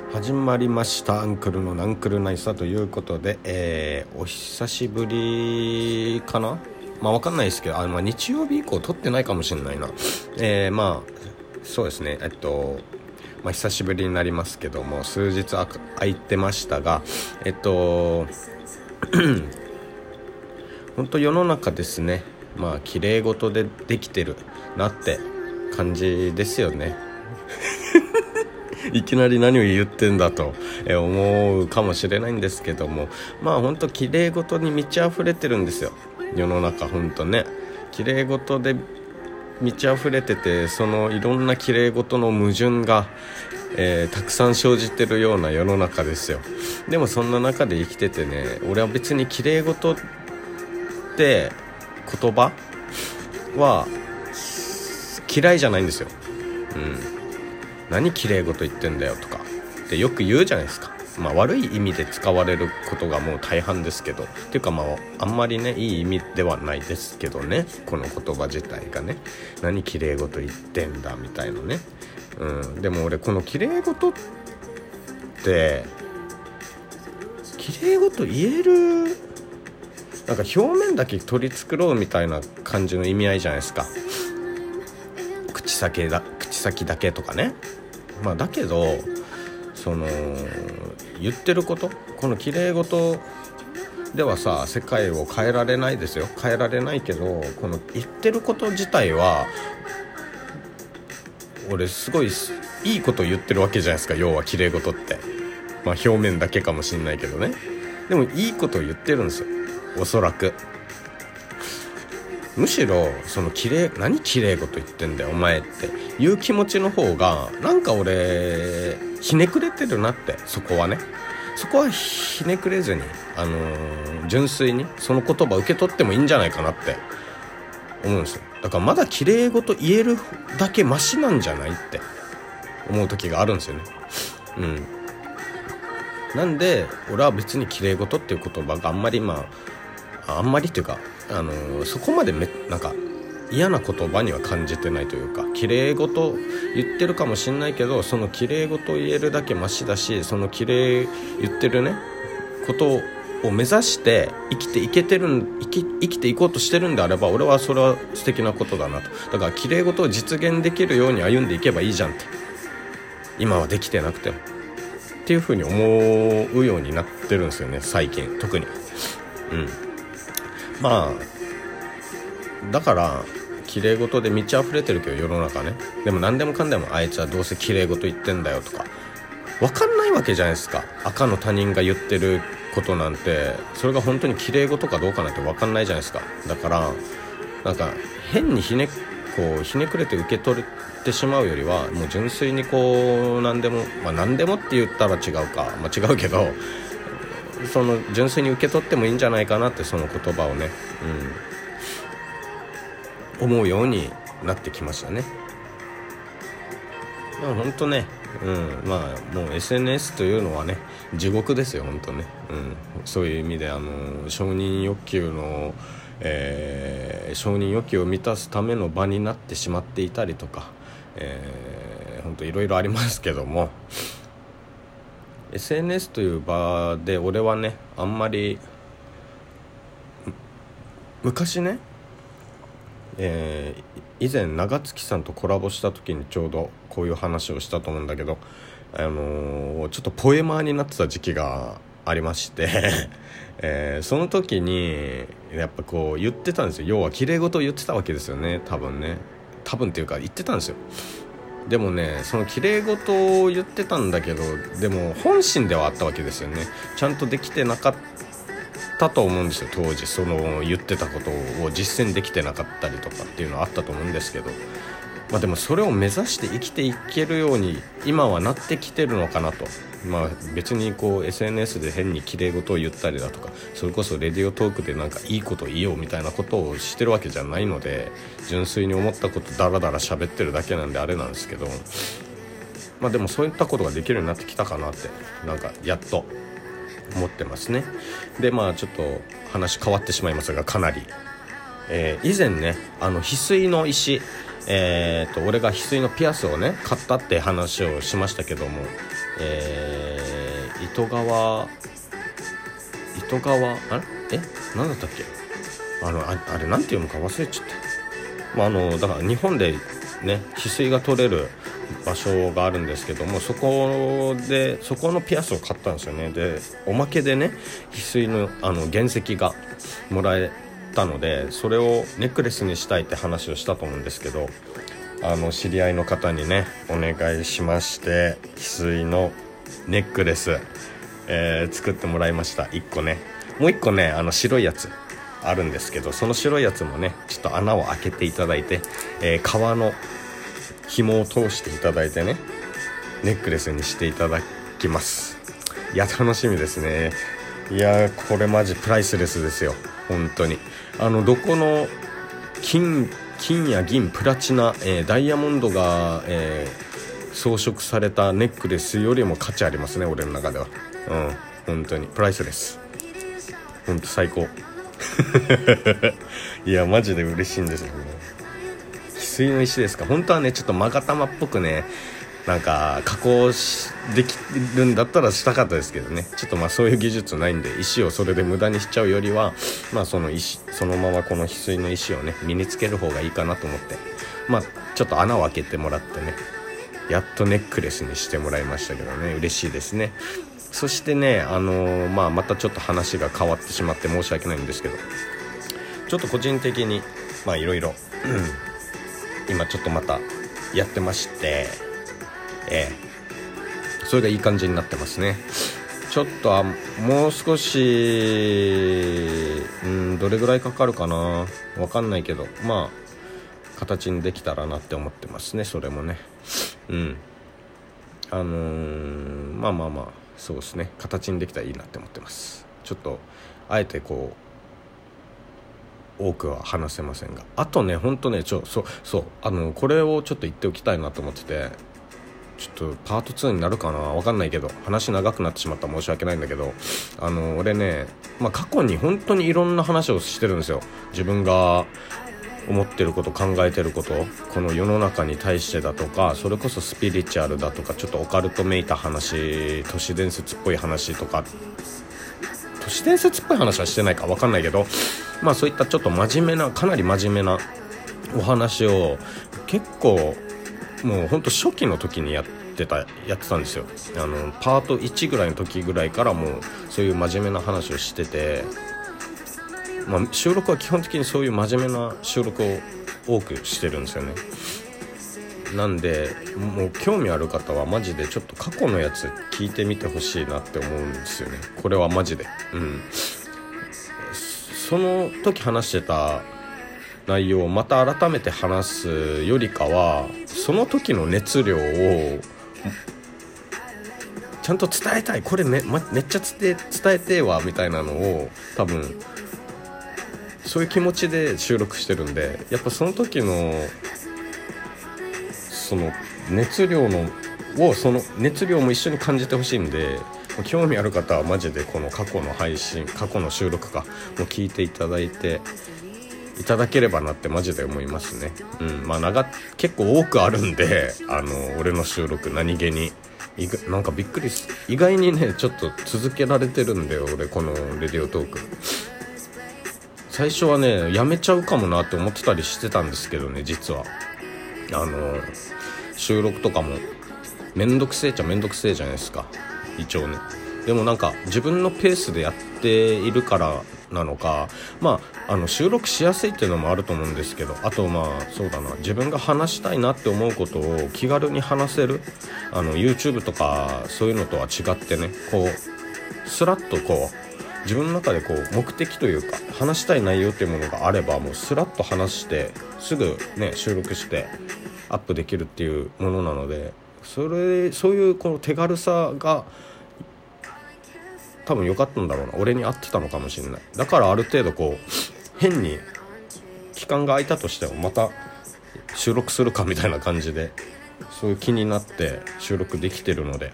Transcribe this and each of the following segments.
始まりました。アンクルのナンクルナイサということで、お久しぶりかな。わかんないですけど、日曜日以降撮ってないかもしれないな。そうですね。久しぶりになりますけども、数日空いてましたが、本当世の中ですね、綺麗事でできてるなって感じですよね。いきなり何を言ってんだと思うかもしれないんですけども、本当綺麗事に満ち溢れてるんですよ、世の中。本当ね、綺麗事で満ち溢れてて、そのいろんな綺麗事の矛盾が、たくさん生じてるような世の中ですよ。でもそんな中で生きててね、俺は別に綺麗事って言葉は嫌いじゃないんですよ。何綺麗事言ってんだよとかってよく言うじゃないですか。悪い意味で使われることがもう大半ですけど、っていうかあんまりねいい意味ではないですけどね、この言葉自体がね、何綺麗事言ってんだみたいなね。でも俺この綺麗事って綺麗事言える、なんか表面だけ取り繕うみたいな感じの意味合いじゃないですか。口先だけとかね。だけどその言ってること、この綺麗事ではさ、世界を変えられないですよ。変えられないけど、この言ってること自体は俺すごいいいこと言ってるわけじゃないですか。要は綺麗事って表面だけかもしんないけどね、でもいいこと言ってるんですよ、おそらく。むしろその何綺麗事言ってんだよお前っていう気持ちの方がなんか俺ひねくれてるなって。そこはひねくれずに、純粋にその言葉受け取ってもいいんじゃないかなって思うんですよ。だからまだ綺麗事言えるだけマシなんじゃないって思う時があるんですよね。なんで俺は別に綺麗事っていう言葉があんまりっていうか、そこまでなんか嫌な言葉には感じてないというか、綺麗事言ってるかもしんないけど、その綺麗事言えるだけマシだし、その綺麗言ってるねことを目指して生きていこうとしてるんであれば、俺はそれは素敵なことだなと。だから綺麗事を実現できるように歩んでいけばいいじゃんって、今はできてなくてもっていう風に思うようになってるんですよね、最近特に。だから綺麗事で満ち溢れてるけど世の中ね。でも何でもかんでもあいつはどうせ綺麗事言ってんだよとか分かんないわけじゃないですか。赤の他人が言ってることなんて、それが本当に綺麗事かどうかなんて分かんないじゃないですか。だからなんか変にひねくれて受け取ってしまうよりは、もう純粋に何でもって言ったら違うか、違うけど、その純粋に受け取ってもいいんじゃないかなって、その言葉をね、思うようになってきましたね。本当ね、もう SNS というのはね地獄ですよ本当ね。そういう意味で承認欲求を満たすための場になってしまっていたりとか、本当いろいろありますけども、 SNS という場で俺はねあんまり昔ね、以前長月さんとコラボした時にちょうどこういう話をしたと思うんだけど、ちょっとポエマーになってた時期がありましてその時にやっぱ言ってたんですよ。要は綺麗事を言ってたわけですよね。多分っていうか言ってたんですよ。でもね、その綺麗事を言ってたんだけど、でも本心ではあったわけですよね。ちゃんとできてなかったと思うんですよ当時。その言ってたことを実践できてなかったりとかっていうのはあったと思うんですけど、でもそれを目指して生きていけるように今はなってきてるのかなと。別にSNS で変に綺麗事を言ったりだとか、それこそレディオトークでなんかいいこと言おうみたいなことをしてるわけじゃないので、純粋に思ったことダラダラ喋ってるだけなんであれなんですけど、でもそういったことができるようになってきたかなって、なんかやっと思ってますね。でちょっと話変わってしまいますが、かなり、以前ね翡翠の石、 俺が翡翠のピアスをね買ったって話をしましたけども、糸川なんだったっけ、あれなんて読むか忘れちゃった。だから日本でね翡翠が取れる場所があるんですけども、そこのピアスを買ったんですよね。でおまけでね翡翠の原石がもらえたので、それをネックレスにしたいって話をしたと思うんですけど、知り合いの方にねお願いしまして翡翠のネックレス、作ってもらいました。1個ね、もう1個ね白いやつあるんですけど、その白いやつもねちょっと穴を開けていただいて、革の紐を通していただいてねネックレスにしていただきます。いや楽しみですね。いやこれマジプライスレスですよ本当に。どこの金や銀プラチナ、ダイヤモンドが、装飾されたネックレスよりも価値ありますね俺の中では。本当にプライスレス、本当最高いやマジで嬉しいんですよね。翡翠の石ですか。本当はねちょっと勾玉っぽくねなんか加工できるんだったらしたかったですけどね、ちょっとそういう技術ないんで、石をそれで無駄にしちゃうよりはそのままこの翡翠の石をね身につける方がいいかなと思って、ちょっと穴を開けてもらってねやっとネックレスにしてもらいましたけどね、嬉しいですね。そしてねまたちょっと話が変わってしまって申し訳ないんですけど、ちょっと個人的にいろいろ今ちょっとまたやってまして、それがいい感じになってますね。ちょっともう少しどれぐらいかかるかなわかんないけど形にできたらなって思ってますね。それもねそうですね、形にできたらいいなって思ってます。ちょっとあえて多くは話せませんが、あとねほんとねこれをちょっと言っておきたいなと思ってて、ちょっとパート2になるかなわかんないけど、話長くなってしまったら申し訳ないんだけど、俺ね過去に本当にいろんな話をしてるんですよ。自分が思ってること考えてること、この世の中に対してだとか、それこそスピリチュアルだとか、ちょっとオカルトめいた話、都市伝説っぽい話とか、都市伝説っぽい話はしてないか分かんないけど、そういったちょっとかなり真面目なお話を結構もうほんと初期の時にやってたんですよ。パート1ぐらいの時ぐらいからもうそういう真面目な話をしてて、収録は基本的にそういう真面目な収録を多くしてるんですよね。なんでもう興味ある方はマジでちょっと過去のやつ聞いてみてほしいなって思うんですよね。これはマジでその時話してた内容をまた改めて話すよりかは、その時の熱量をちゃんと伝えたい、これめっちゃ伝えてわみたいなのを多分そういう気持ちで収録してるんで、やっぱその時のその熱量も一緒に感じてほしいんで、興味ある方はマジでこの過去の収録かも聞いていただければなってマジで思いますね。結構多くあるんで、俺の収録何気になんかびっくり意外にねちょっと続けられてるんだよ俺、このレディオトーク。最初はねやめちゃうかもなって思ってたりしてたんですけどね、実は収録とかもめんどくせえじゃないですか一応ね。でもなんか自分のペースでやっているからなのか、収録しやすいっていうのもあると思うんですけど、あとそうだな、自分が話したいなって思うことを気軽に話せるYouTube とかそういうのとは違ってね、スラッと自分の中で目的というか話したい内容っていうものがあれば、もうスラッと話してすぐね収録してアップできるっていうものなので、そういうこの手軽さが多分良かったんだろうな、俺に合ってたのかもしれない。だからある程度変に期間が空いたとしてもまた収録するかみたいな感じでそういう気になって収録できてるので、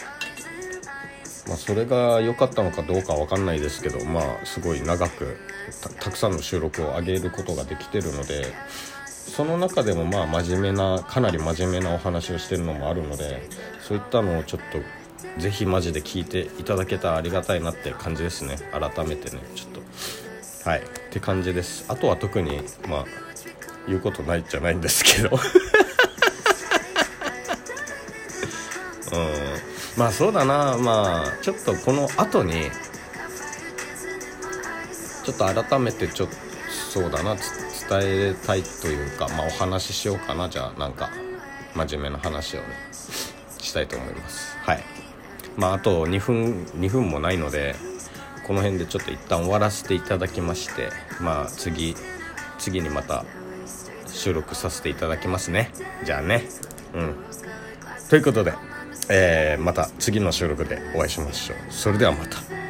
それが良かったのかどうかは分かんないですけど、すごい長くたくさんの収録を上げることができてるので、 その中でもまあかなり真面目なお話をしてるのもあるので、そういったのをちょっとぜひマジで聞いていただけたらありがたいなって感じですね。改めてねちょっとはいって感じです。あとは特にまあ言うことないじゃないんですけどまあそうだな、まあちょっとこの後にちょっと改めてそうだな伝えたいというか、まあお話ししようかな。じゃあなんか真面目な話をねしたいと思います。はい。まああと2分もないので、この辺でちょっと一旦終わらせていただきまして、まあ次にまた収録させていただきますね。じゃあね、ということで、また次の収録でお会いしましょう。それではまた。